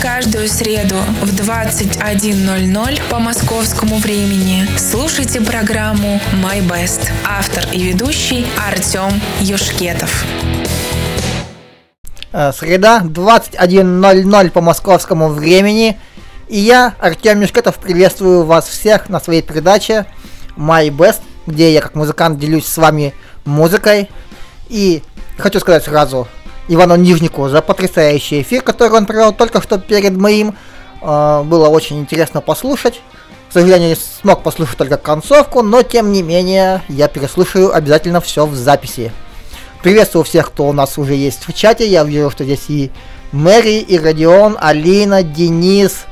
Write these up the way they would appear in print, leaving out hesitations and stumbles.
Каждую среду в 21:00 по московскому времени слушайте программу «My Best». Автор и ведущий Артем Юшкетов. Среда, 21:00 по московскому времени. И я, Артем Юшкетов, приветствую вас всех на своей передаче My Best, где я как музыкант делюсь с вами музыкой. И хочу сказать сразу Ивану Нижнику за потрясающий эфир, который он провел только что перед моим. Было очень интересно послушать. К сожалению, не смог послушать только концовку, но тем не менее я переслушаю обязательно все в записи. Приветствую всех, кто у нас уже есть в чате. Я вижу, что здесь и Мэри, и Родион, Алина, Денис.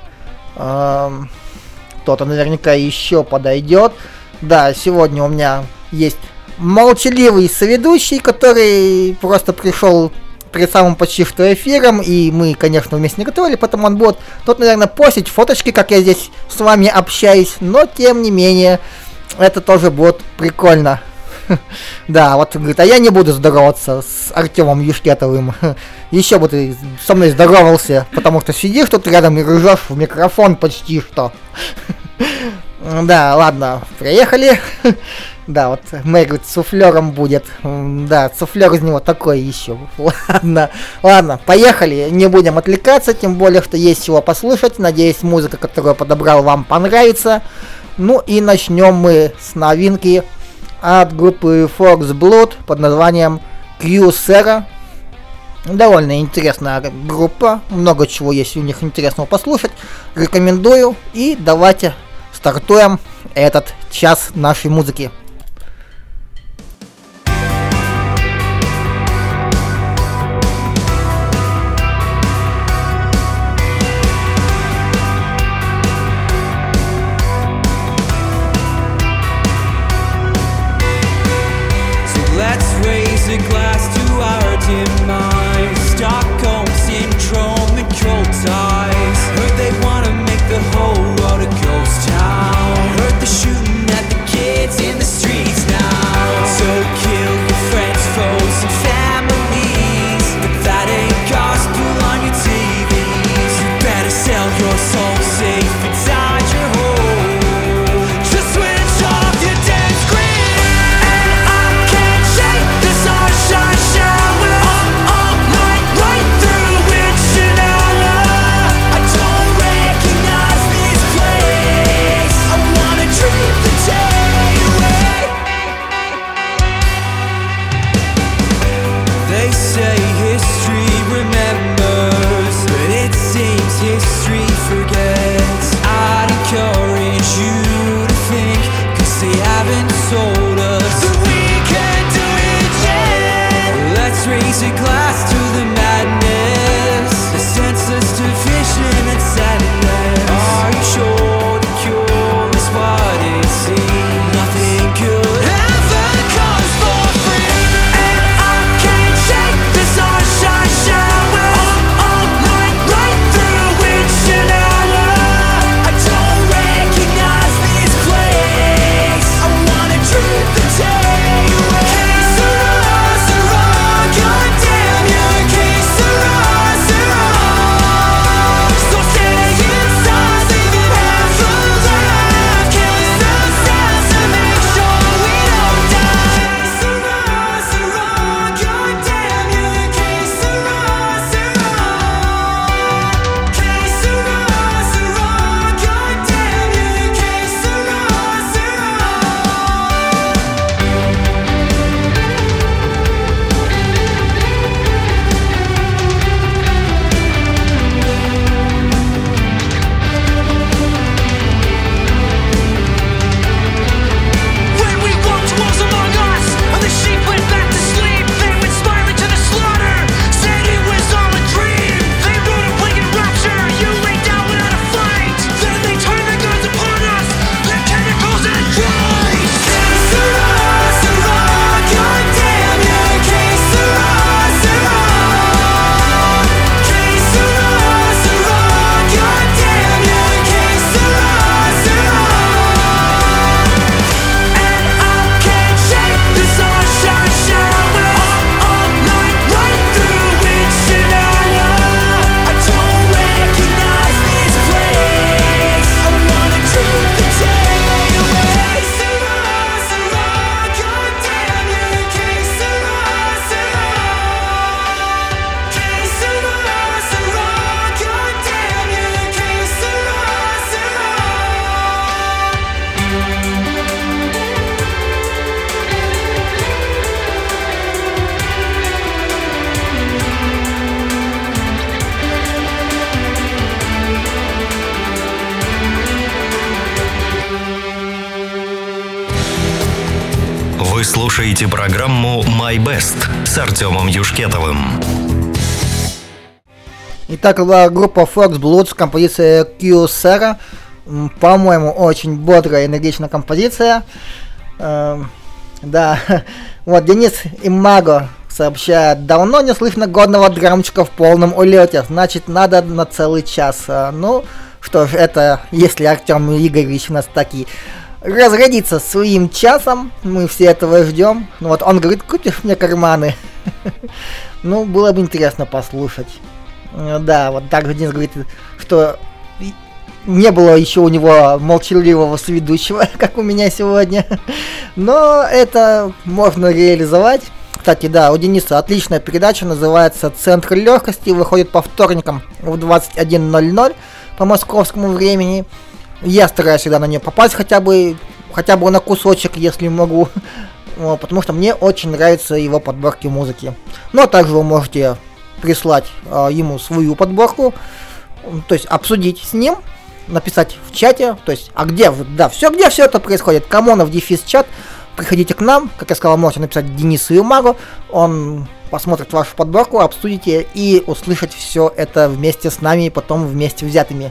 Кто-то наверняка еще подойдет. Да, сегодня у меня есть молчаливый соведущий, который просто пришел перед самым почти что эфиром, и мы, конечно, вместе не готовили, поэтому он будет тут, наверное, постить фоточки, как я здесь с вами общаюсь, но, тем не менее, это тоже будет прикольно. Да, вот говорит, а я не буду здороваться с Артемом Юшкетовым. Еще бы ты со мной здоровался, потому что сидишь тут рядом и ржешь в микрофон почти что. Да, ладно, приехали. Да, вот Мэй говорит, суфлером будет. Да, суфлер из него такой еще. Ладно, поехали. Не будем отвлекаться, тем более, что есть чего послушать. Надеюсь, музыка, которую я подобрал, вам понравится. Ну и начнем мы с новинки от группы Fox Blood под названием Kyocera. Довольно интересная группа. Много чего есть у них интересного послушать. Рекомендую. И давайте стартуем этот час нашей музыки. In the Вы слушаете программу My Best с Артемом Юшкетовым. Итак, группа Fox Blood с композицией Kyocera. По-моему, очень бодрая, энергичная композиция. Да, вот Денис Имаго сообщает: давно не слышно годного драмчика в полном улете, значит, надо на целый час. Ну, что ж, это если Артем Игоревич у нас такие разродится своим часом, мы все этого ждем. Ну вот он говорит: купишь мне карманы. Ну, было бы интересно послушать. Да, вот также Денис говорит, что не было еще у него молчаливого соведущего, как у меня сегодня. Но это можно реализовать. Кстати, да, у Дениса отличная передача, называется «Центр легкости», выходит по вторникам в 21:00 по московскому времени. Я стараюсь всегда на нее попасть хотя бы на кусочек, если могу, потому что мне очень нравятся его подборки музыки. Ну а также вы можете прислать ему свою подборку, то есть обсудить с ним, написать в чате, то есть, где все это происходит, Камонов _чат, приходите к нам, как я сказал, можете написать Денису Имаго, он посмотрит вашу подборку, обсудите и услышать все это вместе с нами, и потом вместе взятыми.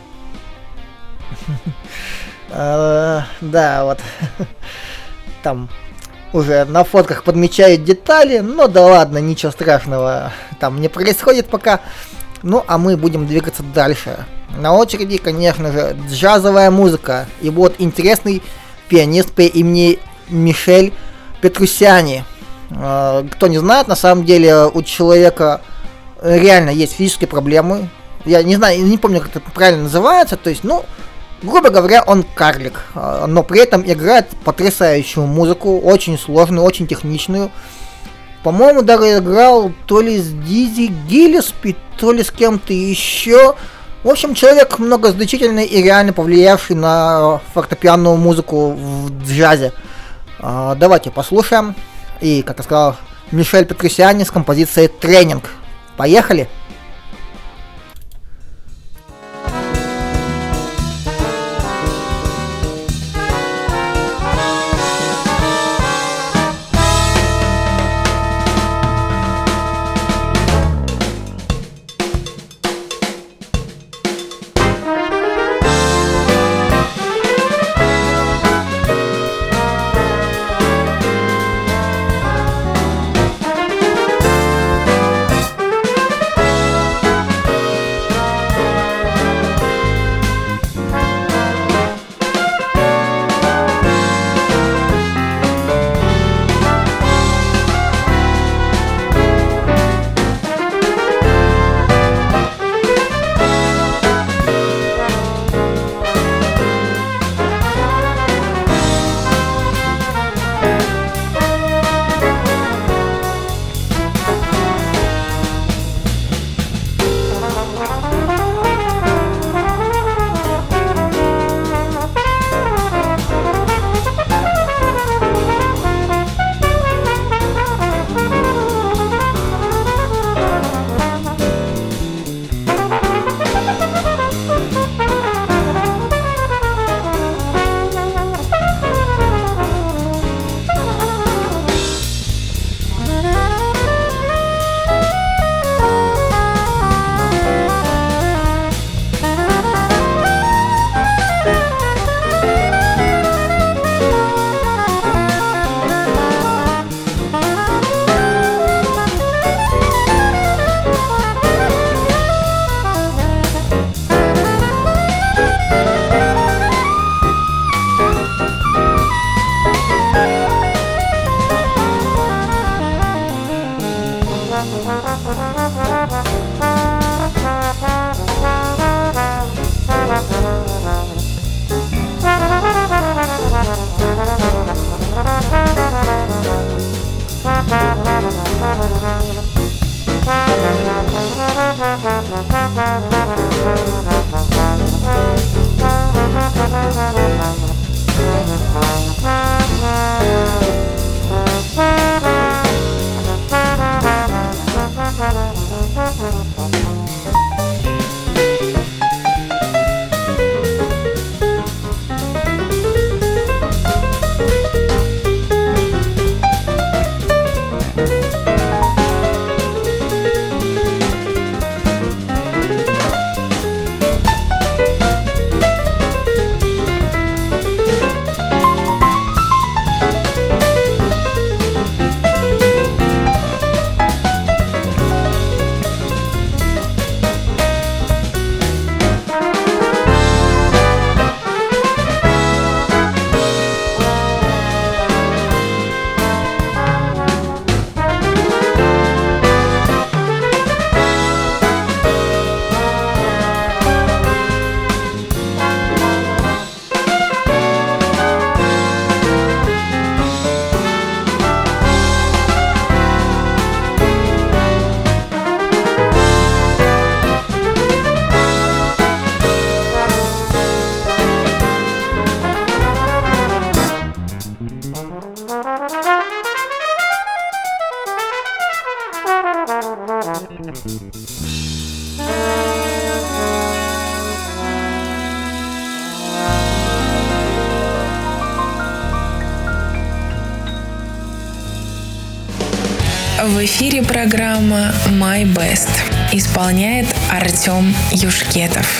Да, вот там уже на фотках подмечают детали, но да ладно, ничего страшного там не происходит пока. Ну, а мы будем двигаться дальше. На очереди, конечно же, джазовая музыка. И вот интересный пианист по имени Мишель Петрусяни. Кто не знает, на самом деле у человека реально есть физические проблемы. Я не знаю, не помню, как это правильно называется. То есть, грубо говоря, он карлик, но при этом играет потрясающую музыку, очень сложную, очень техничную. По-моему, даже играл то ли с Дизи Гиллеспи, то ли с кем-то еще. В общем, человек многозначительный и реально повлиявший на фортепианную музыку в джазе. Давайте послушаем. И, как я сказал, Мишель Петрусяни с композицией «Тренинг». Поехали! В эфире программа My Best. Исполняет Артем Юшкетов.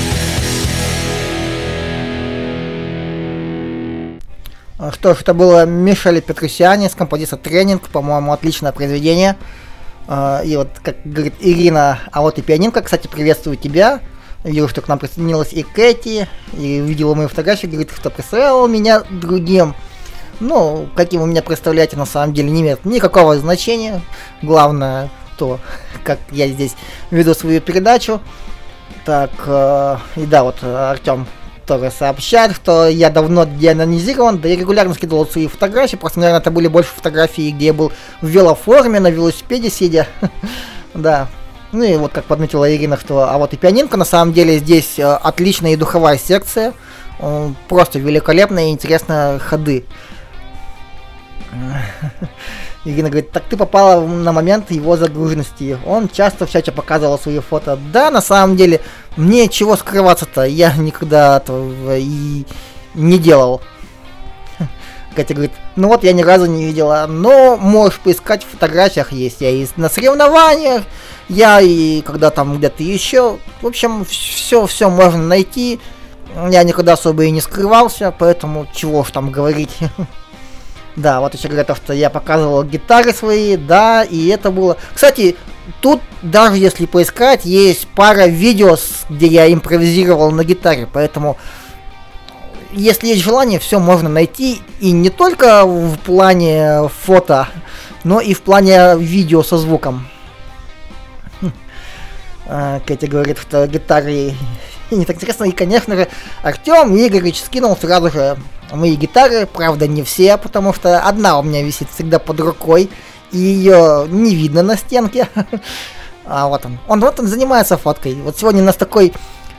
Что ж, это было Мишель Петросяни с композицией «Тренинг», по-моему, отличное произведение. И вот, как говорит Ирина, а вот и пианинка, кстати, приветствую тебя. Вижу, что к нам присоединилась и Кэти, и видела мою фотографию, говорит, что представлял меня другим. Ну, каким вы меня представляете, на самом деле не имеет никакого значения. Главное то, как я здесь веду свою передачу. Так, и да, вот Артем тоже сообщает, что я давно деанонизирован, да и регулярно скидывал свои фотографии, просто, наверное, это были больше фотографии, где я был в велоформе, на велосипеде сидя. Да. Ну и вот как подметила Ирина, что а вот и пианинка, на самом деле здесь отличная и духовая секция, просто великолепные и интересные ходы. Ирина говорит, так ты попала на момент его загруженности. Он часто в чате показывал свои фото. Да, на самом деле, мне чего скрываться-то, я никогда этого и не делал. Катя говорит, ну вот я ни разу не видела, но можешь поискать в фотографиях, есть я и на соревнованиях, я и когда там где-то еще. В общем, все можно найти. Я никогда особо и не скрывался, поэтому чего уж там говорить. Да, вот еще говорят, что я показывал гитары свои, да, и это было... Кстати, тут даже если поискать, есть пара видео, где я импровизировал на гитаре, поэтому если есть желание, все можно найти, и не только в плане фото, но и в плане видео со звуком. Катя говорит, что гитары не так интересно, и, конечно же, Артем Игоревич скинул сразу же мои гитары, правда не все, потому что одна у меня висит всегда под рукой, и ее не видно на стенке. А вот он занимается фоткой. Вот сегодня у нас такой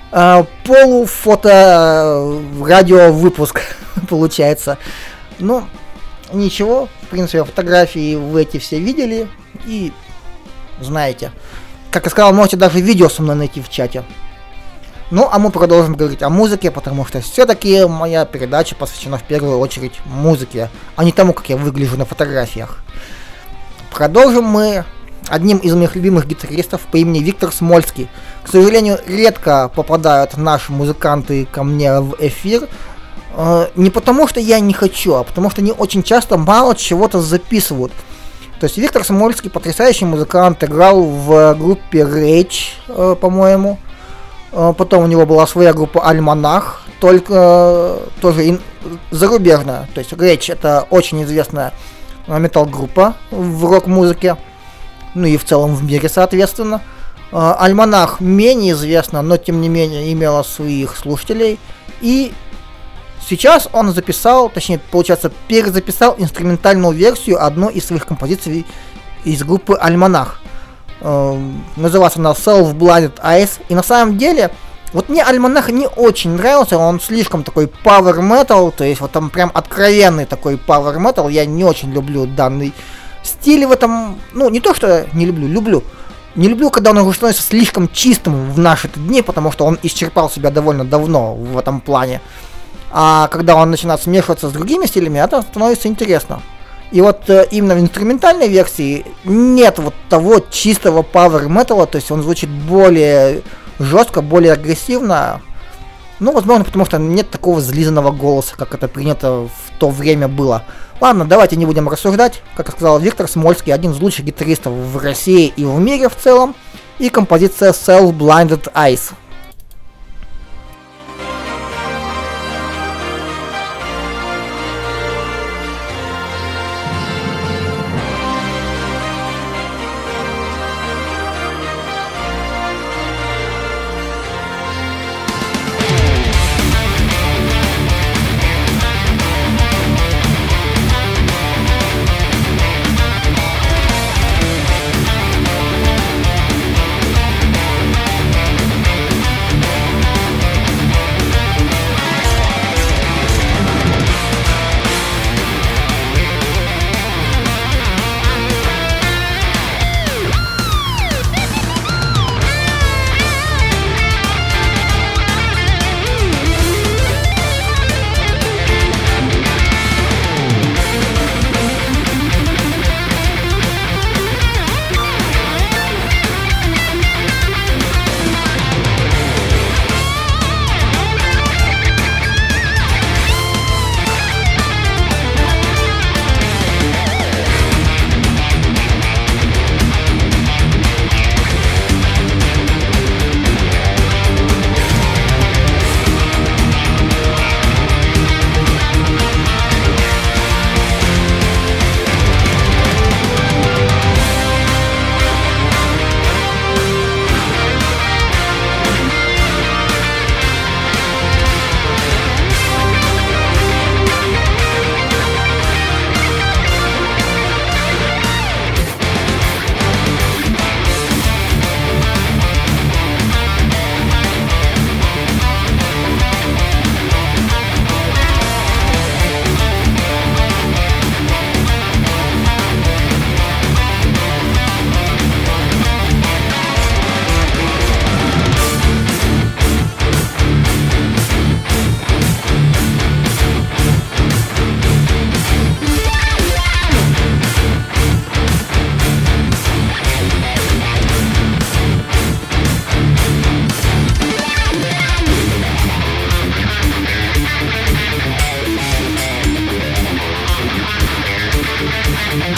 полуфото радиовыпуск получается. Ну, ничего, в принципе, фотографии вы эти все видели, и знаете. Как я сказал, можете даже видео со мной найти в чате. Ну, а мы продолжим говорить о музыке, потому что все-таки моя передача посвящена в первую очередь музыке, а не тому, как я выгляжу на фотографиях. Продолжим мы одним из моих любимых гитаристов по имени Виктор Смольский. К сожалению, редко попадают наши музыканты ко мне в эфир, не потому что я не хочу, а потому что они очень часто мало чего-то записывают. То есть Виктор Смольский потрясающий музыкант, играл в группе Rage, по-моему. Потом у него была своя группа Альманах, только тоже зарубежная. То есть Rage это очень известная метал-группа в рок-музыке, ну и в целом в мире, соответственно. Альманах менее известна, но тем не менее имела своих слушателей. И сейчас он записал, точнее, получается, перезаписал инструментальную версию одной из своих композиций из группы Альманах. Называется она Self-Blinded Eyes. И на самом деле, вот мне Альманах не очень нравился, он слишком такой power metal, то есть вот там прям откровенный такой power metal. Я не очень люблю данный стиль в этом, ну не то что не люблю, люблю. Не люблю, когда он уже становится слишком чистым в наши дни, потому что он исчерпал себя довольно давно в этом плане. А когда он начинает смешиваться с другими стилями, это становится интересно. И вот именно в инструментальной версии нет вот того чистого power metal, то есть он звучит более жестко, более агрессивно. Ну, возможно, потому что нет такого злизанного голоса, как это принято в то время было. Ладно, давайте не будем рассуждать. Как я сказал, Виктор Смольский один из лучших гитаристов в России и в мире в целом. И композиция Self-Blinded Eyes.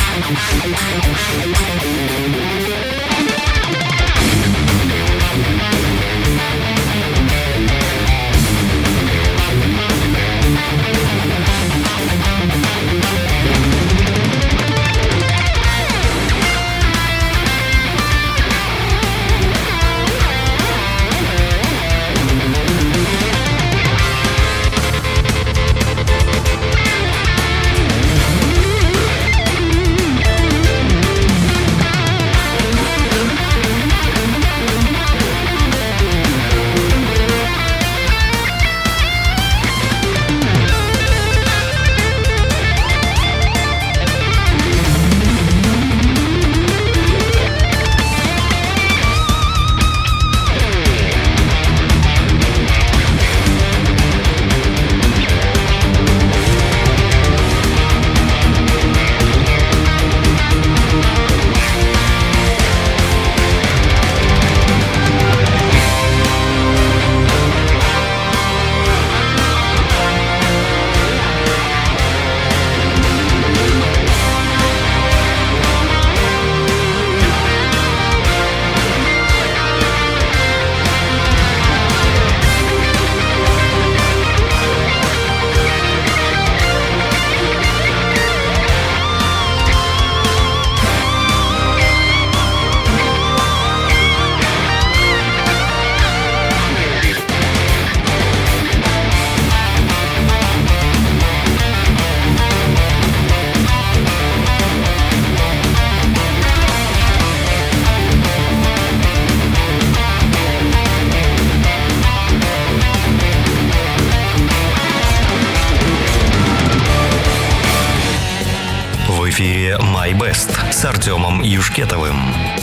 В эфире My Best с Артемом Юшкетовым.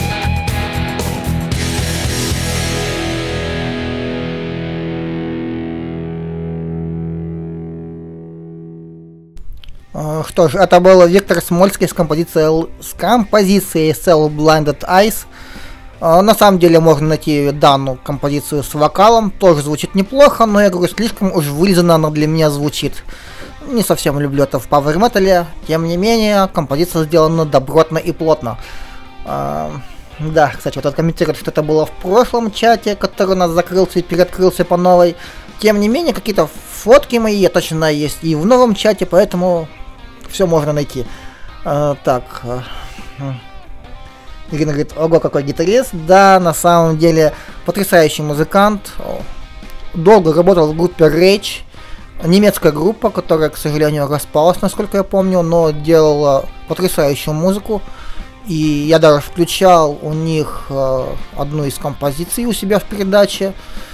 Что ж, это был Виктор Смольский с композицией Cell Blinded Eyes. На самом деле можно найти данную композицию с вокалом, тоже звучит неплохо, но я говорю, слишком уж вылизанно она для меня звучит. Не совсем люблю это в пауэр-метале, тем не менее, композиция сделана добротно и плотно. Да, кстати, вот он комментирует, что это было в прошлом чате, который у нас закрылся и переоткрылся по новой. Тем не менее, какие-то фотки мои точно есть и в новом чате, поэтому все можно найти. Так. Ирина говорит, ого, какой гитарист. Да, на самом деле, потрясающий музыкант. Долго работал в группе Rage. Немецкая группа, которая, к сожалению, распалась, насколько я помню, но делала потрясающую музыку. И я даже включал у них одну из композиций у себя в передаче.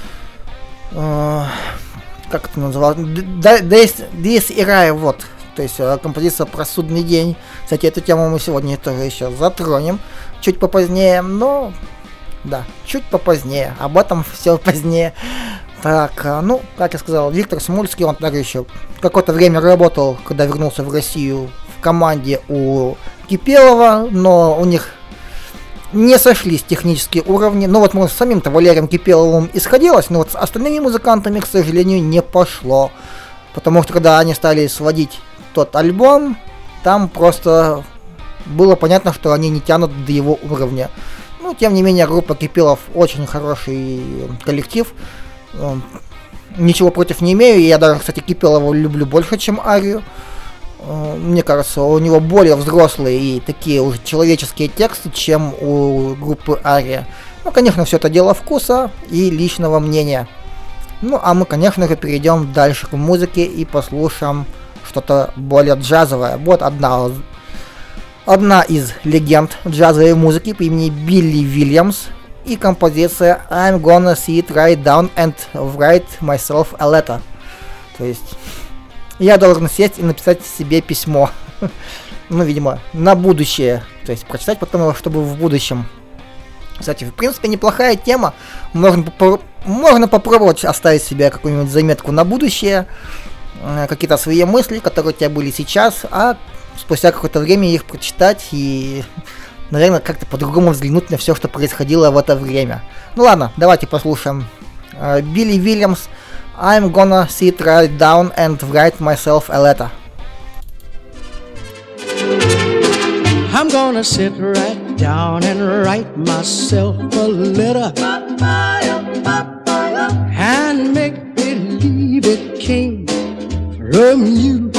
Как это называлось? This Era, вот. То есть композиция про судный день. Кстати, эту тему мы сегодня тоже еще затронем. Чуть попозднее, но... Да, чуть попозднее. Об этом все позднее. Так, ну, как я сказал, Виктор Смольский, он также еще какое-то время работал, когда вернулся в Россию, в команде у Кипелова, но у них не сошлись технические уровни. Ну вот, может, с самим-то Валерием Кипеловым исходилось, но вот с остальными музыкантами, к сожалению, не пошло. Потому что когда они стали сводить тот альбом, там просто было понятно, что они не тянут до его уровня. Ну, тем не менее, группа Кипелов очень хороший коллектив. Ничего против не имею, и я даже, кстати, Кипелова люблю больше, чем Арию. Мне кажется, у него более взрослые и такие уже человеческие тексты, чем у группы Ария. Ну, конечно, все это дело вкуса и личного мнения. Ну, а мы, конечно же, перейдем дальше к музыке и послушаем что-то более джазовое. Вот одна из легенд джазовой музыки по имени Билли Вильямс и композиция I'm gonna sit right down and write myself a letter. То есть я должен сесть и написать себе письмо. Ну, видимо, на будущее. То есть прочитать потом, чтобы в будущем. Кстати, в принципе, неплохая тема. Можно попробовать оставить себе какую-нибудь заметку на будущее. Какие-то свои мысли, которые у тебя были сейчас, а спустя какое-то время их прочитать и, наверное, как-то по-другому взглянуть на все, что происходило в это время. Ну ладно, давайте послушаем Билли Вильямс I'm gonna sit right down and write myself a letter. I'm gonna sit right down and write myself a letter and make believe it came from you.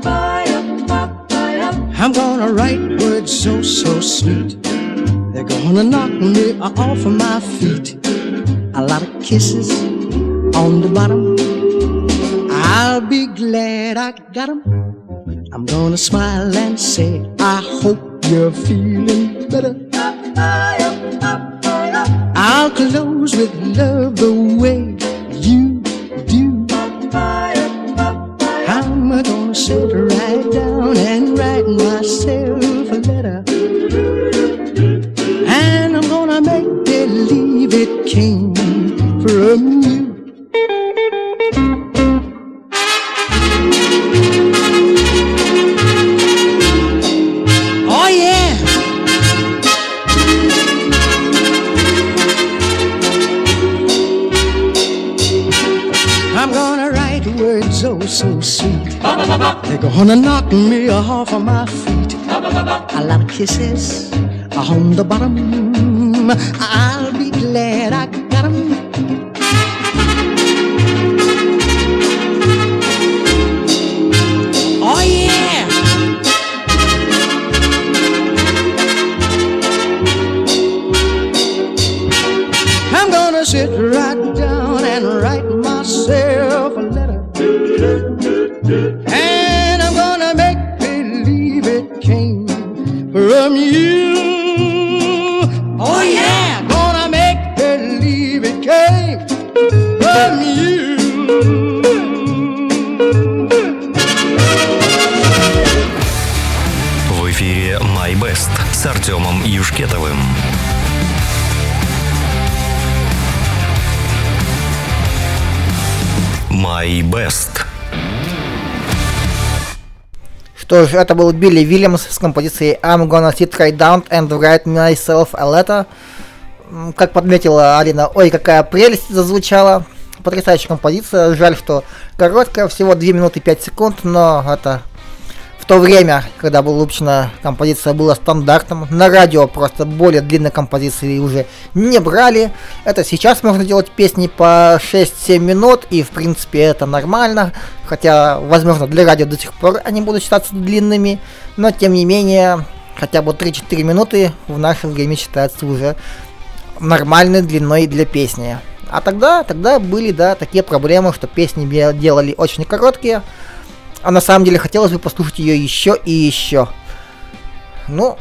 I'm gonna write words so, so sweet, they're gonna knock me off of my feet. A lot of kisses on the bottom, I'll be glad I got 'em. I'm gonna smile and say, I hope you're feeling better. I'll close with love the way you do. I'm gonna sit right down and write myself a letter, and I'm gonna make believe it came from you. Oh yeah. I'm gonna write words oh so sweet, they're gonna knock me off of my feet. A lot of kisses on the bottom, I'll be glad I got 'em. Oh yeah. I'm gonna sit right down and write myself a letter, and I'm gonna make believe it came from you. Oh yeah, gonna make believe it came from you. В эфире My Best с Артемом Юшкетовым. My Best. Что ж, это был Билли Вильямс с композицией I'm Gonna Sit Right Down and Write Myself a Letter. Как подметила Алина, ой, какая прелесть зазвучала. Потрясающая композиция. Жаль, что короткая, всего 2 минуты 5 секунд, но это в то время, когда была выпущена композиция, было стандартом. На радио просто более длинные композиции уже не брали. Это сейчас можно делать песни по 6-7 минут, и в принципе это нормально. Хотя, возможно, для радио до сих пор они будут считаться длинными, но тем не менее, хотя бы 3-4 минуты в наше время считается уже нормальной длиной для песни. А тогда были, да, такие проблемы, что песни делали очень короткие, а на самом деле хотелось бы послушать ее еще и еще. Ну,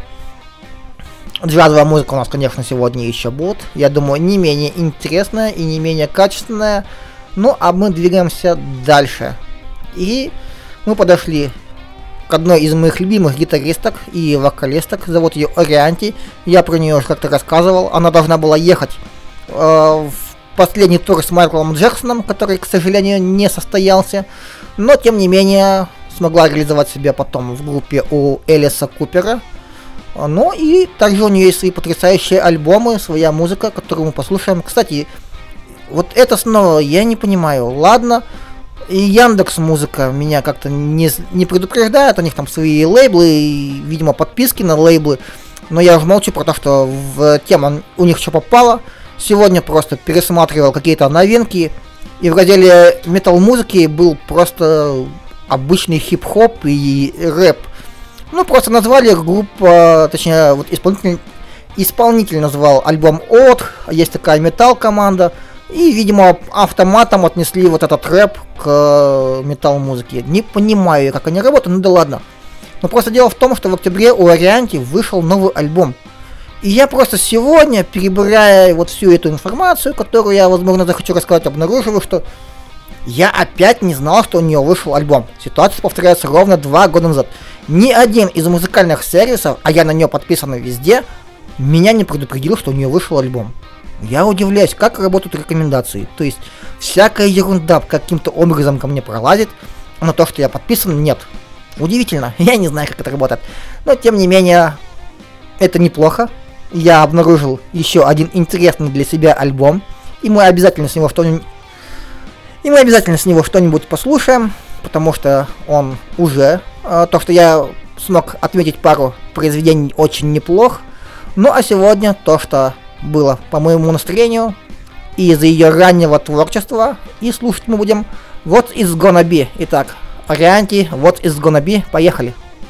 джазовая музыка у нас, конечно, сегодня еще будет. Я думаю, не менее интересная и не менее качественная. Ну, а мы двигаемся дальше. И мы подошли к одной из моих любимых гитаристок и вокалисток. Зовут ее Орианти. Я про нее уже как-то рассказывал. Она должна была ехать в последний тур с Майклом Джексоном, который, к сожалению, не состоялся. Но, тем не менее, смогла реализовать себя потом в группе у Элиса Купера. Ну и также у нее есть свои потрясающие альбомы, своя музыка, которую мы послушаем. Кстати, вот это снова я не понимаю. Ладно, и Яндекс.Музыка меня как-то не предупреждает, у них там свои лейблы и, видимо, подписки на лейблы. Но я уже молчу про то, что в тему у них что попало. Сегодня просто пересматривал какие-то новинки, и в разделе метал-музыки был просто обычный хип-хоп и рэп. Ну, просто назвали группа, точнее, вот исполнитель назвал альбом От, есть такая метал-команда, и, видимо, автоматом отнесли вот этот рэп к метал-музыке. Не понимаю, как они работают, ну да ладно. Но просто дело в том, что в октябре у Орианти вышел новый альбом. И я просто сегодня, перебирая вот всю эту информацию, которую я, возможно, захочу рассказать, обнаруживаю, что я опять не знал, что у нее вышел альбом. Ситуация повторяется ровно 2 года назад. Ни один из музыкальных сервисов, а я на нее подписан везде, меня не предупредил, что у нее вышел альбом. Я удивляюсь, как работают рекомендации. То есть всякая ерунда каким-то образом ко мне пролазит, а на то, что я подписан, нет. Удивительно, я не знаю, как это работает. Но тем не менее, это неплохо. Я обнаружил еще один интересный для себя альбом, и мы обязательно с него что-нибудь послушаем, потому что он уже, то, что я смог отметить пару произведений очень неплох. Ну а сегодня то, что было по моему настроению и из-за ее раннего творчества, и слушать мы будем What Is Gonna Be. Итак, Arianti, What Is Gonna Be, поехали.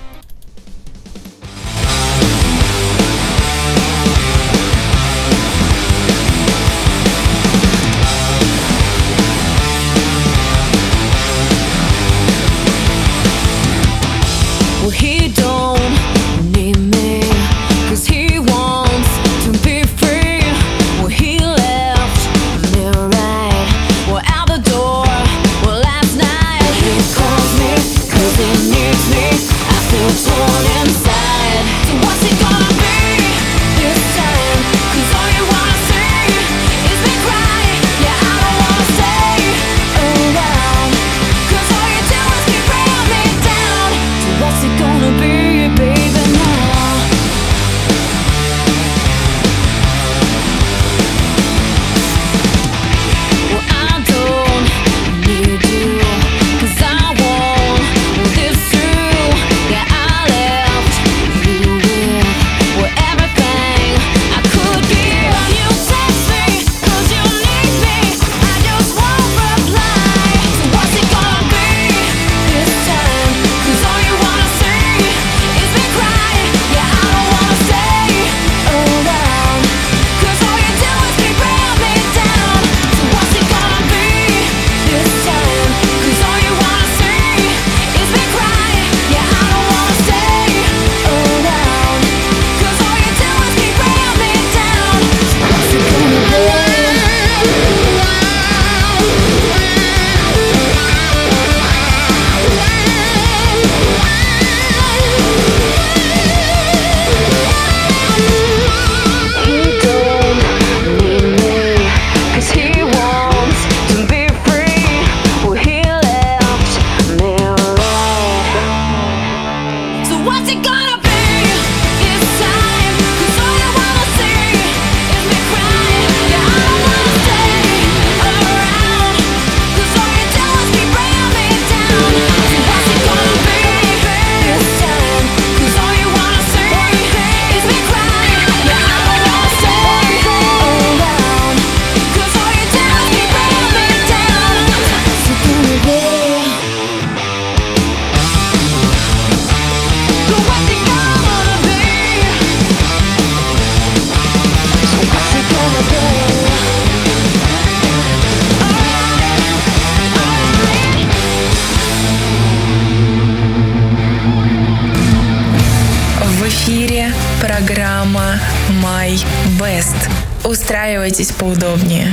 Программа My Best. Устраивайтесь поудобнее.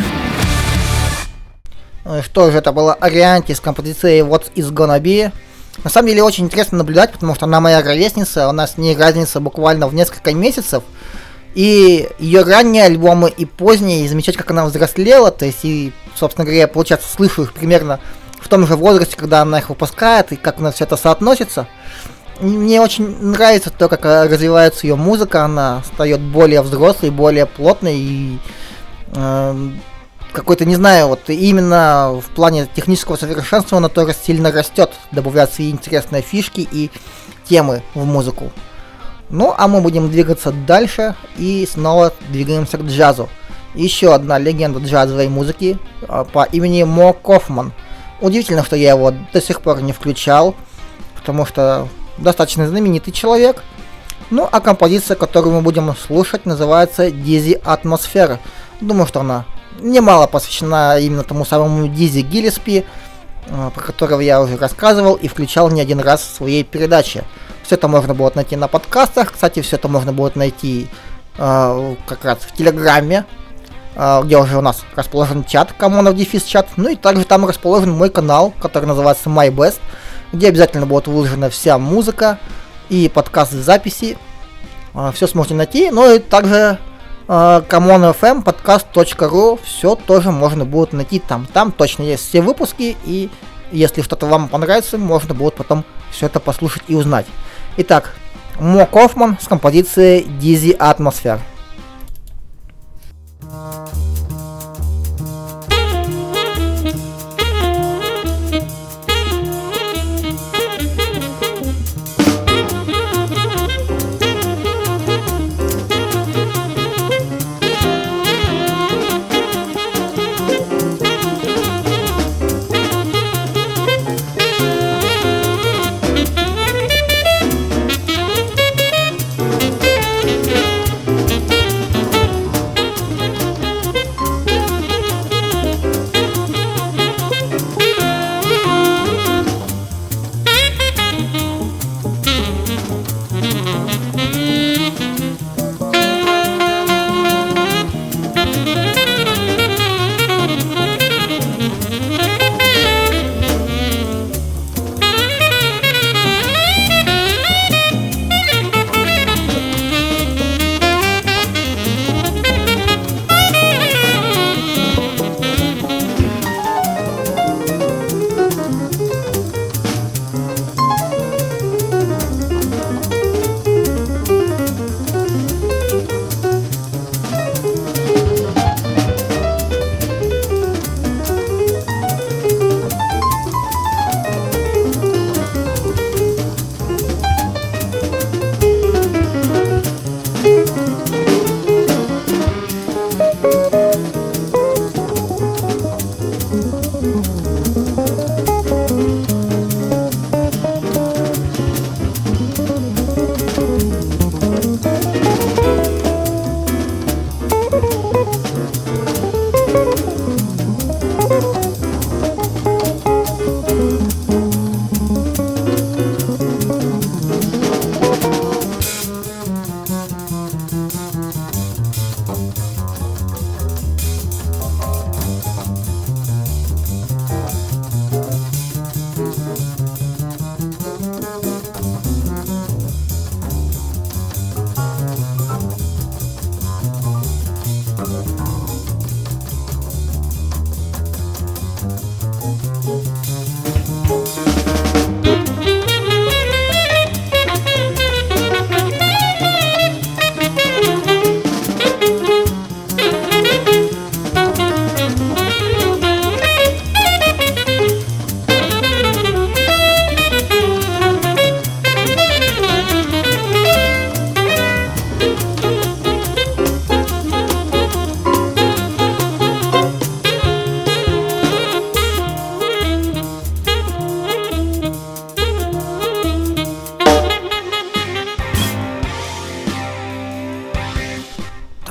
Что же, это была Arianti с композицией What Is Gonna Be. На самом деле очень интересно наблюдать, потому что она моя ровесница, у нас с ней разница буквально в несколько месяцев. И ее ранние альбомы и поздние, и замечать, как она взрослела, то есть, и, собственно говоря, я, получается, слышу их примерно в том же возрасте, когда она их выпускает, и как у нас все это соотносится. Мне очень нравится то, как развивается ее музыка, она стает более взрослой, более плотной, и какой-то, не знаю, вот именно в плане технического совершенства она тоже сильно растет, добавляются и интересные фишки, и темы в музыку. Ну, а мы будем двигаться дальше, и снова двигаемся к джазу. Еще одна легенда джазовой музыки по имени Мо Кофман. Удивительно, что я его до сих пор не включал, потому что достаточно знаменитый человек. Ну, а композиция, которую мы будем слушать, называется Dizzy Atmosphere. Думаю, что она немало посвящена именно тому самому Дизи Гиллеспи, про которого я уже рассказывал и включал не один раз в своей передаче. Все это можно будет найти на подкастах. Кстати, все это можно будет найти как раз в Телеграме, где уже у нас расположен чат, Камонов Дефис чат. Ну и также там расположен мой канал, который называется My Best, где обязательно будет выложена вся музыка и подкаст в записи. Все сможете найти. Ну и также Камон.fm, podcast.ru, все тоже можно будет найти там. Там точно есть все выпуски, и если что-то вам понравится, можно будет потом все это послушать и узнать. Итак, Мо Кофман с композицией Dizzy Atmosphere.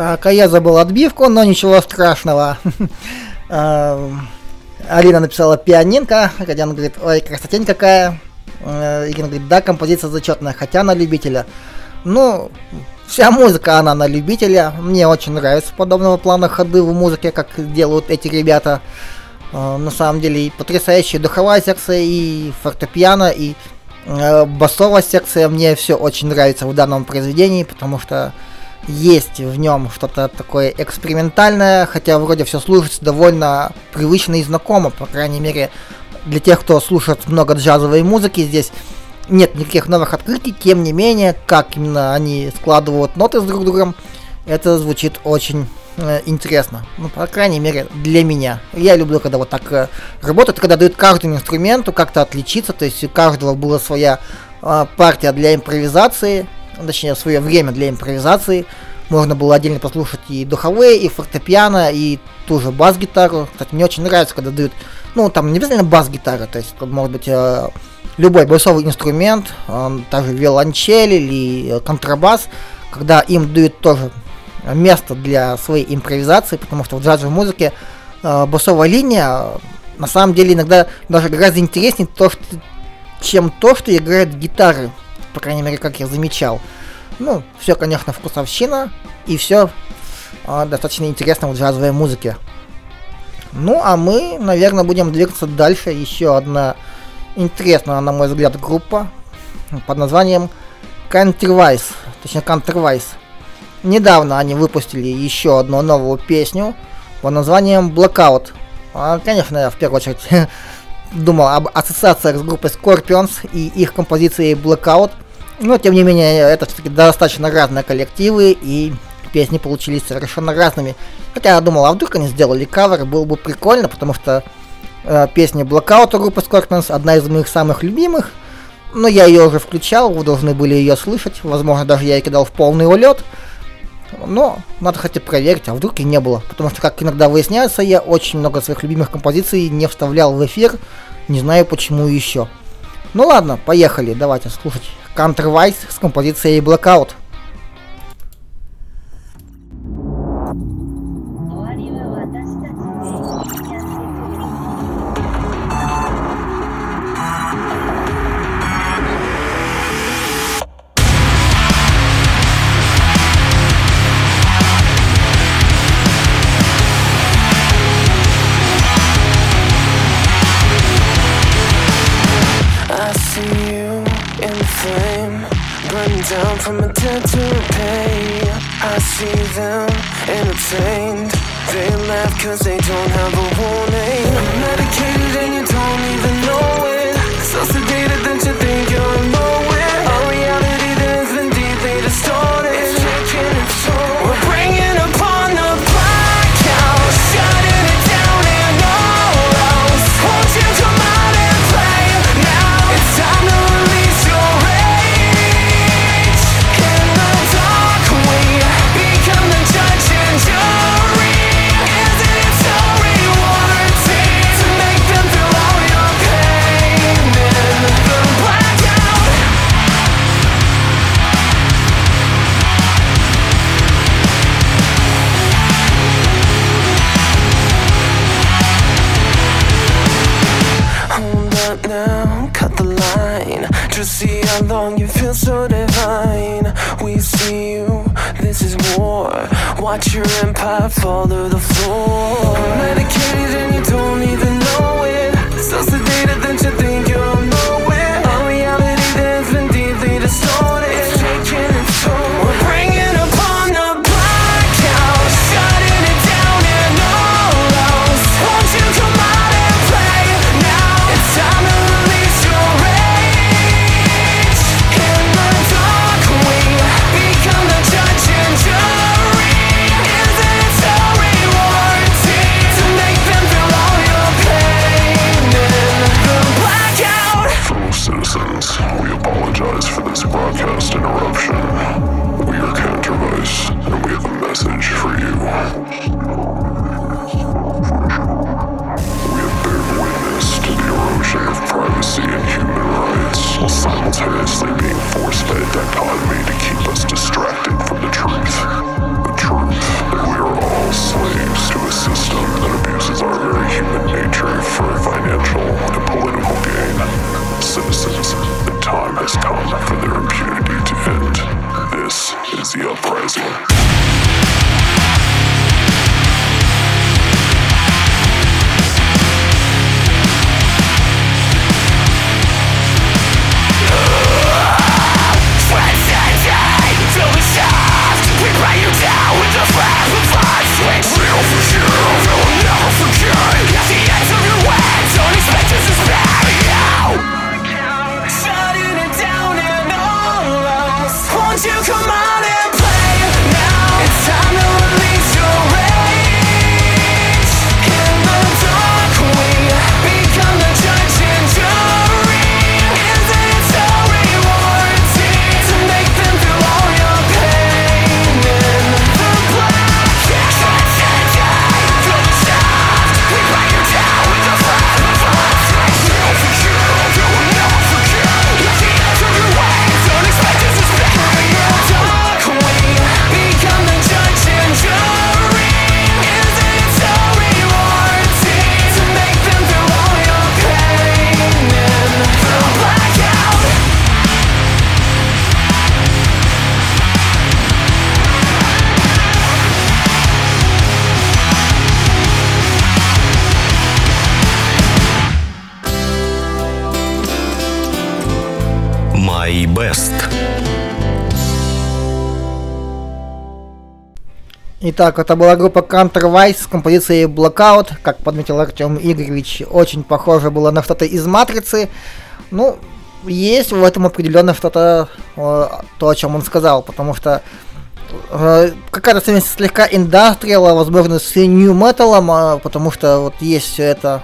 Так, а я забыл отбивку, но ничего страшного. Алина написала «Пианинка», Родиан говорит: ой, красотень какая. Ирина говорит: да, композиция зачетная, хотя на любителя. Ну, вся музыка, она на любителя. Мне очень нравятся подобного плана ходы в музыке, как делают эти ребята. На самом деле, и потрясающая духовая секция, и фортепиано, и басовая секция. Мне все очень нравится в данном произведении, потому что есть в нем что-то такое экспериментальное, хотя вроде все слушается довольно привычно и знакомо, по крайней мере, для тех, кто слушает много джазовой музыки. Здесь нет никаких новых открытий, тем не менее, как именно они складывают ноты с друг другом, это звучит очень интересно. Ну, по крайней мере, для меня. Я люблю, когда вот так работают, когда дают каждому инструменту как-то отличиться, то есть у каждого была своя партия для импровизации, точнее, свое время для импровизации. Можно было отдельно послушать и духовые, и фортепиано, и ту же бас-гитару. Кстати, мне очень нравится, когда дают, ну, там не обязательно бас-гитара, то есть, может быть, любой басовый инструмент, также виолончель или контрабас, когда им дают тоже место для своей импровизации, потому что в джазовой музыке басовая линия, на самом деле, иногда даже гораздо интереснее чем то, что играют гитары. По крайней мере, как я замечал. Ну, все, конечно, вкусовщина, и все достаточно интересно в джазовой музыке. Ну, а мы, наверное, будем двигаться дальше. Еще одна интересная, на мой взгляд, группа под названием Counterwise, точнее, Counterwise. Недавно они выпустили еще одну новую песню под названием Blackout. Конечно, я в первую очередь думал об ассоциациях с группой Scorpions и их композицией Blackout, но тем не менее это все-таки достаточно разные коллективы, и песни получились совершенно разными. Хотя я думал, а вдруг они сделали кавер, было бы прикольно, потому что песня Blackout группы Scorpions одна из моих самых любимых, но я ее уже включал, вы должны были ее слышать, возможно, даже я ее кидал в полный улет, но надо хотя бы проверить, а вдруг и не было, потому что, как иногда выясняется, я очень много своих любимых композиций не вставлял в эфир, не знаю почему еще. Ну ладно, поехали, давайте слушать Counterwise с композицией Blackout. Down from a dead to repay. I see them entertained. They laugh cause they don't have a warning. I'm medicated and you don't even know it. So sedated that you think you're nowhere. A reality that's been deeply distorted. It's taking its toll. We're bringing upon the blackout, shutting it down and all else. Won't you come out and play now? It's time to release your rage. Become the judge and jury. Isn't it so rewarding to make them feel all your pain in the blackout? Hold up now, cut the line. Just see how long you feel so divine. We see you, this is war. Watch your empire fall to the floor. Medicated and you don't even know it. So sedated that you think you're nowhere. A reality that's been deeply distorted. It's taking its toll. We're bringing upon the blackout, shutting it down and all else. Won't you come out and play now? It's time to release your rage. In the dark we become the judge and jury. Isn't it so rewarding to make them feel all your pain in the blackout? Fellow citizens, we apologize for this broadcast interruption. We are Counterwise, and we have a message for you. We have bared witness to the erosion of privacy and human rights, while simultaneously being forced by a dichotomy to keep us distracted from the truth. The truth their impunity to vent. This is the uprising. My Best. Итак, это была группа Counterwise с композицией Blackout. Как подметил Артем Игоревич, очень похоже было на что-то из Матрицы. Ну, есть в этом определенно что-то, то, о чем он сказал, потому что какая-то смесь слегка индастриала, возможно, с нью металом, потому что вот есть все это...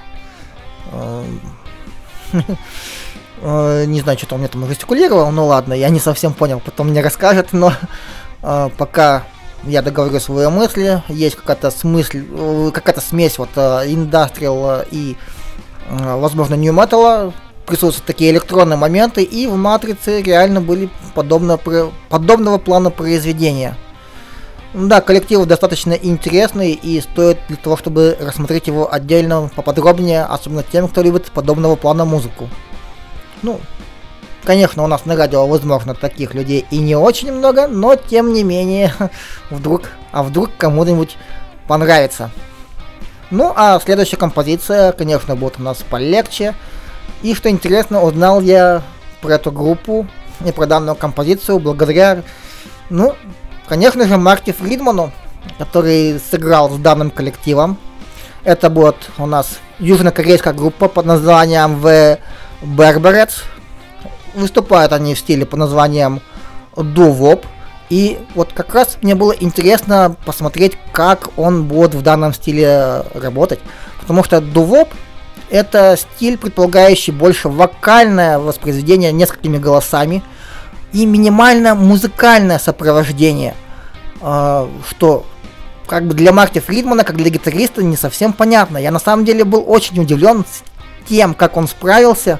Не знаю, что-то он мне там жестикулировал, ну ладно, я не совсем понял, потом мне расскажет, но пока я договорю свои мысли, есть какая-то смесь вот индастриала и, возможно, нью металла, присутствуют такие электронные моменты, и в Матрице реально были подобного плана произведения. Да, коллектив достаточно интересный, и стоит для того, чтобы рассмотреть его отдельно, поподробнее, особенно тем, кто любит подобного плана музыку. Ну, конечно, у нас на радио, возможно, таких людей и не очень много, но тем не менее, вдруг кому-нибудь понравится. Ну, а следующая композиция, конечно, будет у нас полегче. И что интересно, узнал я про эту группу и про данную композицию благодаря, ну, конечно же, Марти Фридману, который сыграл с данным коллективом. Это будет у нас южнокорейская группа под названием The Berberets. Выступают они в стиле под названием doo-wop. И вот как раз мне было интересно посмотреть, как он будет в данном стиле работать. Потому что doo-wop — это стиль, предполагающий больше вокальное воспроизведение несколькими голосами и минимально музыкальное сопровождение. Что как бы для Марти Фридмана, как для гитариста, не совсем понятно. Я на самом деле был очень удивлен тем, как он справился,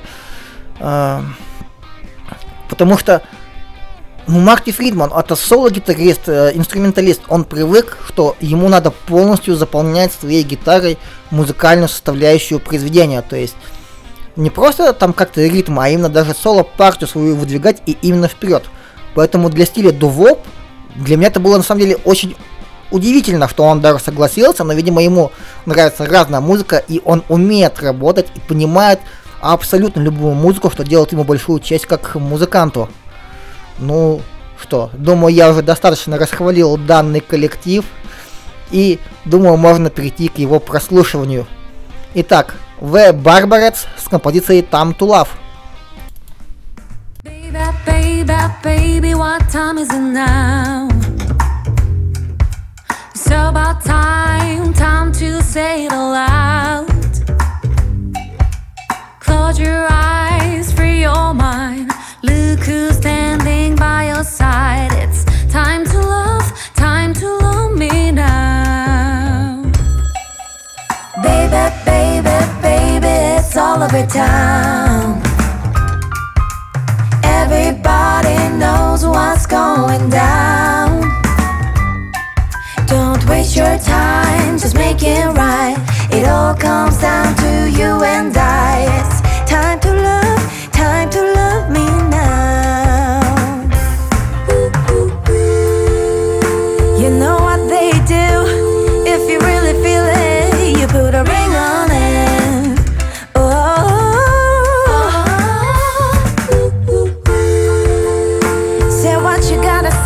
потому что Марти Фридман — это соло-гитарист, инструменталист. Он привык, что ему надо полностью заполнять своей гитарой музыкальную составляющую произведения. То есть не просто там как-то ритм, а именно даже соло-партию свою выдвигать и именно вперед. Поэтому для стиля doo-wop для меня это было на самом деле очень удивительно, что он даже согласился, но, видимо, ему нравится разная музыка, и он умеет работать и понимает абсолютно любую музыку, что делает ему большую честь как музыканту. Ну что, думаю, я уже достаточно расхвалил данный коллектив, и думаю, можно перейти к его прослушиванию. Итак, The Berberets с композицией Time to Love. Baby, baby, baby, what time is it now? It's about time to say it aloud. Close your eyes, free your mind. Look who's standing by your side. It's time to love me now. Baby, baby, baby, it's all over town. Everybody knows what's going down. Don't waste your time, just make it right. It all comes down to you and I. It's time to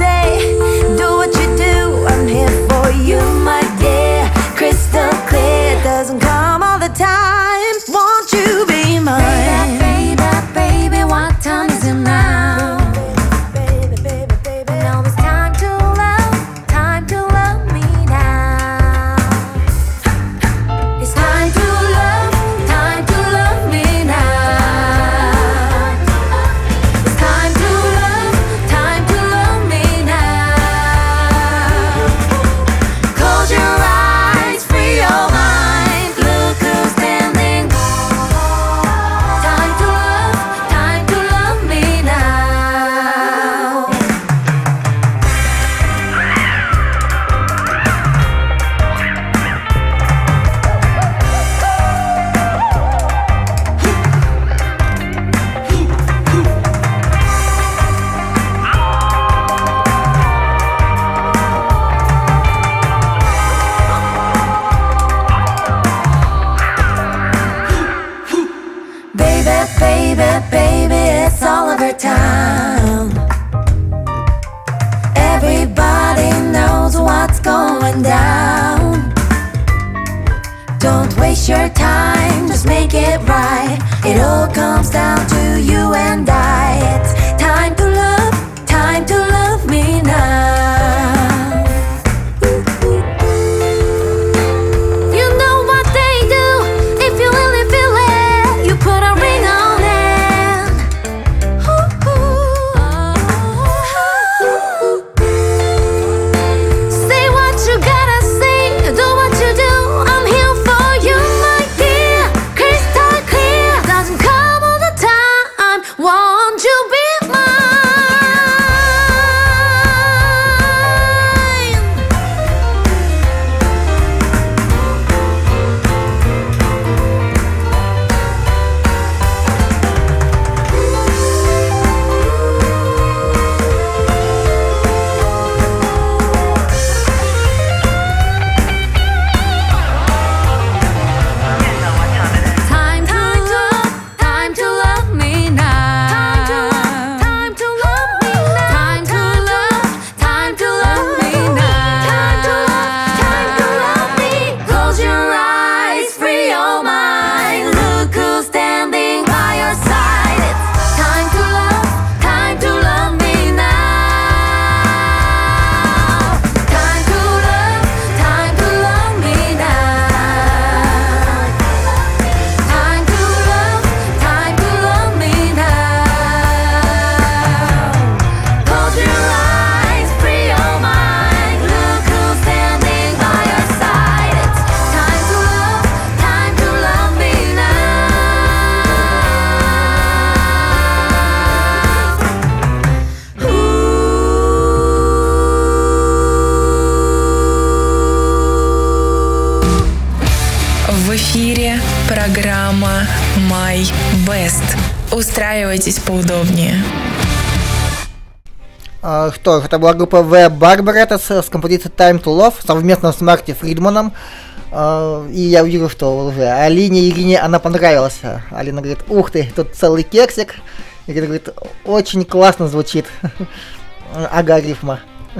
say, do what you do, I'm here for you, my dear. Crystal clear, it doesn't come all the time. Won't you be mine? Baby, baby, baby, what time is it now? Baby, baby, baby, now it's time to love me now. It's time to love me now. It's time to love me now. Close your eyes, free your mind. Look who's standing. Time to love me now. Baby, baby, baby, it's all over town. Everybody knows what's going down. Don't waste your time, just make it right. It all comes down to you and I. It's time to love me now. You know what they do, if you really feel it, you put a ring on it. Say what you gotta say, do what you do, I'm here for you, my dear. Crystal clear, doesn't come all the time. Won't you be mine? Time to love me now. Time to love me now. Time to love me now. Time to love me. Close your eyes, free your mind. Look who's standing by your side. It's time to love me now. Time to love me now. Time to love me now. Close your eyes, free your mind. Look who's standing by your side. It's time to love me now. В эфире программа My Best. Устраивайтесь поудобнее. Что ж, это была группа The Barbarettes с композицией Time to Love совместно с Марти Фридманом. И я вижу, что уже Алине и Ирине она понравилась. Алина говорит, ух ты, тут целый кексик. Ирина говорит, очень классно звучит. Ага, рифма.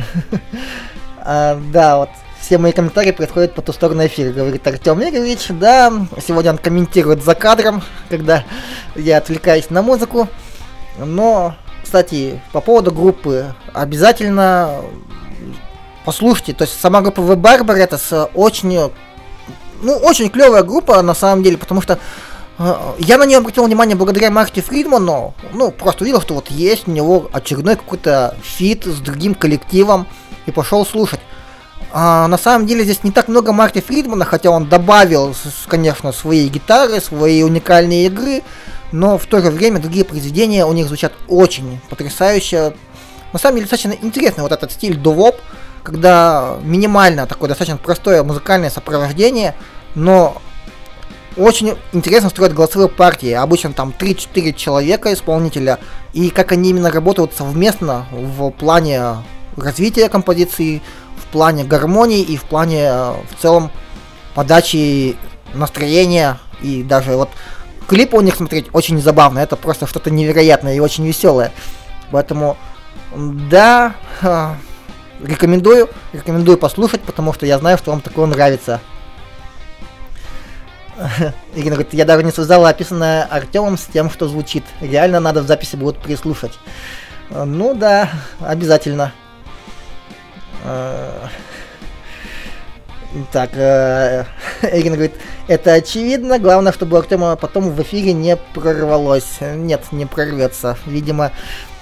Да, вот все мои комментарии происходят по ту сторону эфира, говорит Артем Игоревич. Да, сегодня он комментирует за кадром, когда я отвлекаюсь на музыку. Но, кстати, по поводу группы, обязательно послушайте. То есть сама группа The Barbarettes очень клевая группа на самом деле, потому что я на нее обратил внимание благодаря Марти Фридману. Просто увидел, что вот есть у него очередной какой-то фит с другим коллективом и пошел слушать. На самом деле здесь не так много Марти Фридмана, хотя он добавил, конечно, свои гитары, свои уникальные игры, но в то же время другие произведения у них звучат очень потрясающе. На самом деле достаточно интересный вот этот стиль дувоп, когда минимально такое достаточно простое музыкальное сопровождение, но очень интересно строят голосовые партии. Обычно там 3-4 человека исполнителя, и как они именно работают совместно в плане развития композиции, в плане гармонии и в плане в целом подачи настроения. И даже вот клипы у них смотреть очень забавно, это просто что-то невероятное и очень веселое. Поэтому да, рекомендую послушать, потому что я знаю, что вам такое нравится. Ирина говорит, я даже не связала описанное Артемом с тем, что звучит. Реально надо в записи будет прислушать. Ну да, обязательно. Так, Ирина говорит, это очевидно, главное, чтобы у Артема потом в эфире не прорвалось. Нет, не прорвется. Видимо,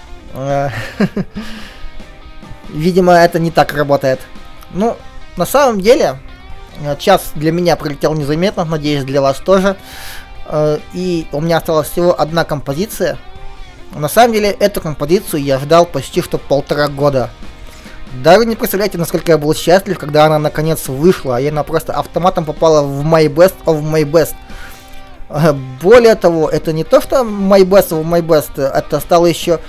это не так работает. Ну, на самом деле, час для меня пролетел незаметно, надеюсь, для вас тоже. И у меня осталась всего одна композиция. На самом деле, эту композицию я ждал почти что 1,5 года. Даже не представляете, насколько я был счастлив, когда она наконец вышла, и она просто автоматом попала в My Best of My Best. Более того, это не то, что My Best of My Best, это стало еще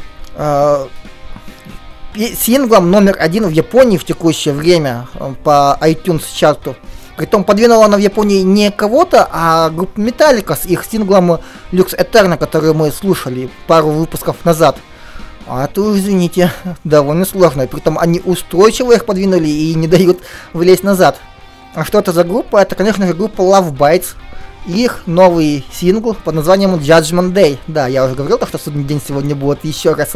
синглом номер 1 в Японии в текущее время по iTunes чарту. Притом подвинула она в Японии не кого-то, а группу Metallica с их синглом Lux Eterna, который мы слушали пару выпусков назад. А то, извините, довольно сложно. Притом они устойчиво их подвинули и не дают влезть назад. А что это за группа? Это, конечно же, группа Love Bites. Их новый сингл под названием Judgment Day. Да, я уже говорил, что судный день сегодня будет еще раз.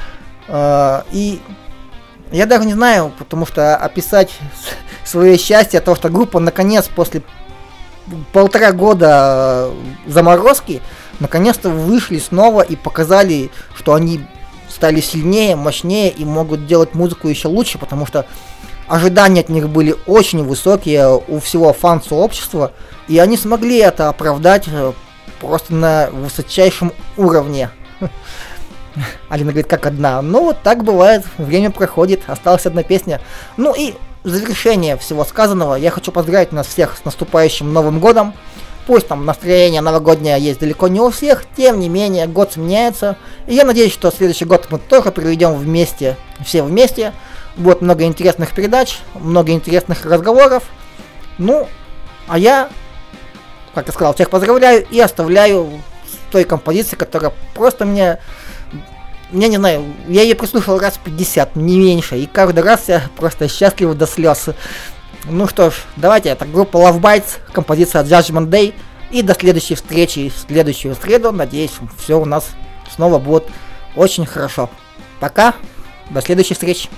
И я даже не знаю, потому что описать свое счастье от того, что группа наконец после 1,5 года заморозки наконец-то вышли снова и показали, что они стали сильнее, мощнее и могут делать музыку еще лучше, потому что ожидания от них были очень высокие у всего фан-сообщества, и они смогли это оправдать просто на высочайшем уровне. Алина говорит, как одна. Ну, вот так бывает, время проходит, осталась одна песня. Ну и в завершение всего сказанного я хочу поздравить нас всех с наступающим Новым Годом. Пусть там настроение новогоднее есть далеко не у всех, тем не менее, год сменяется. И я надеюсь, что следующий год мы тоже проведем вместе, все вместе. Будет много интересных передач, много интересных разговоров. Ну, а я, как я сказал, всех поздравляю и оставляю с той композицией, которая просто мне... Я не знаю, я ее прослушал раз 50, не меньше, и каждый раз я просто счастлив до слез. Ну что ж, давайте, это группа Love Bites, композиция Judgment Day, и до следующей встречи в следующую среду. Надеюсь, все у нас снова будет очень хорошо. Пока, до следующей встречи.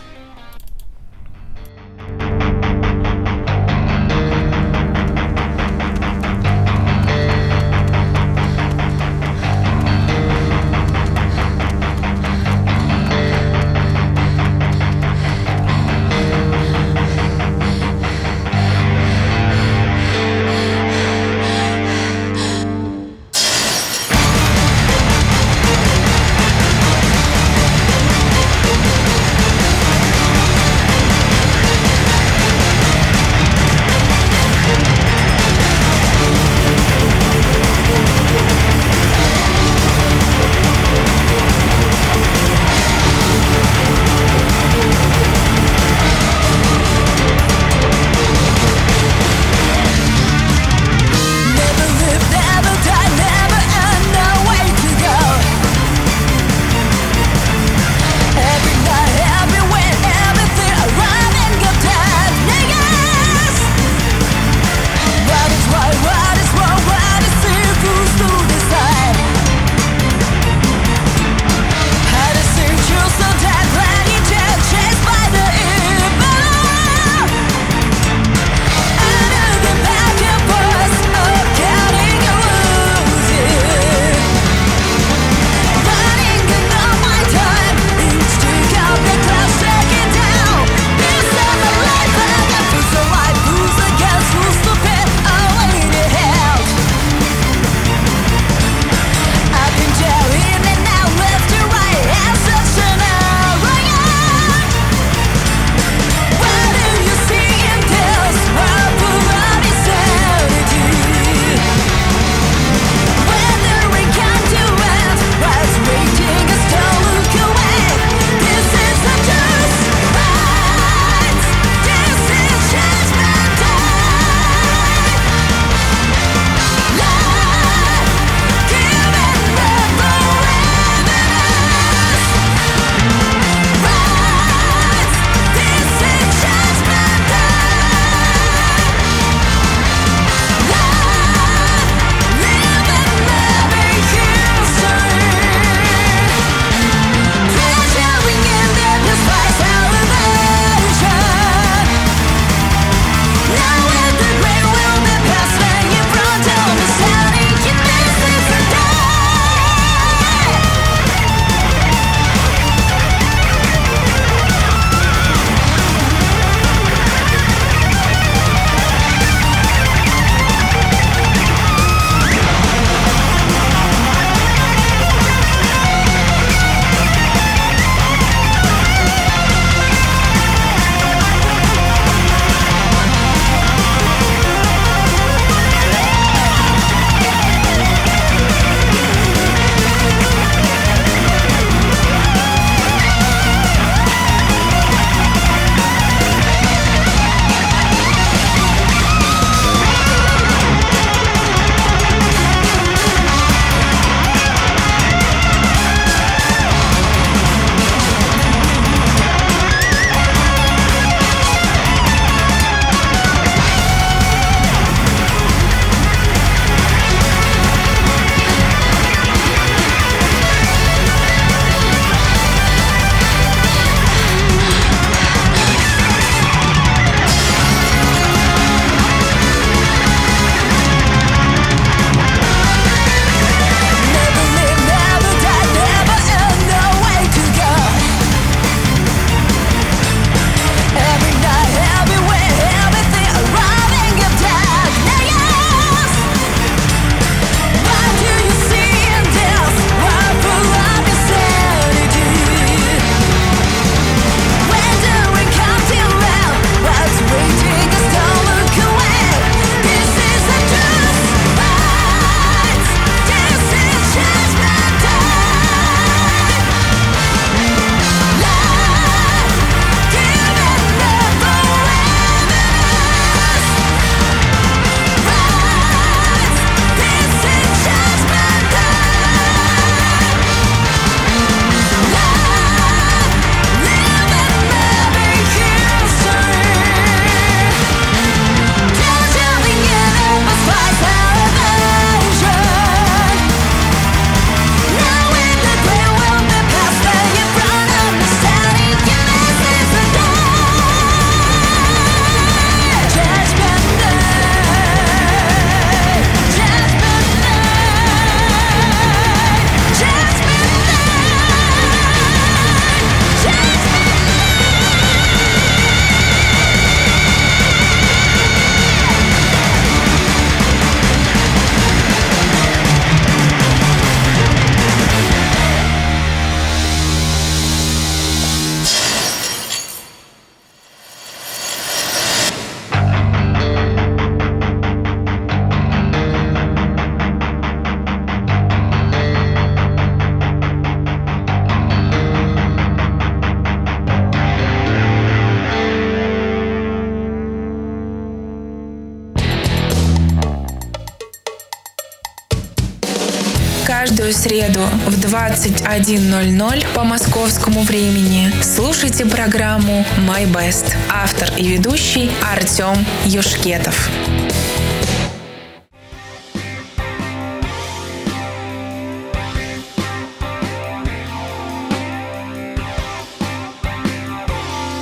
Каждую среду в 21:00 по московскому времени слушайте программу My Best. Автор и ведущий Артем Юшкетов.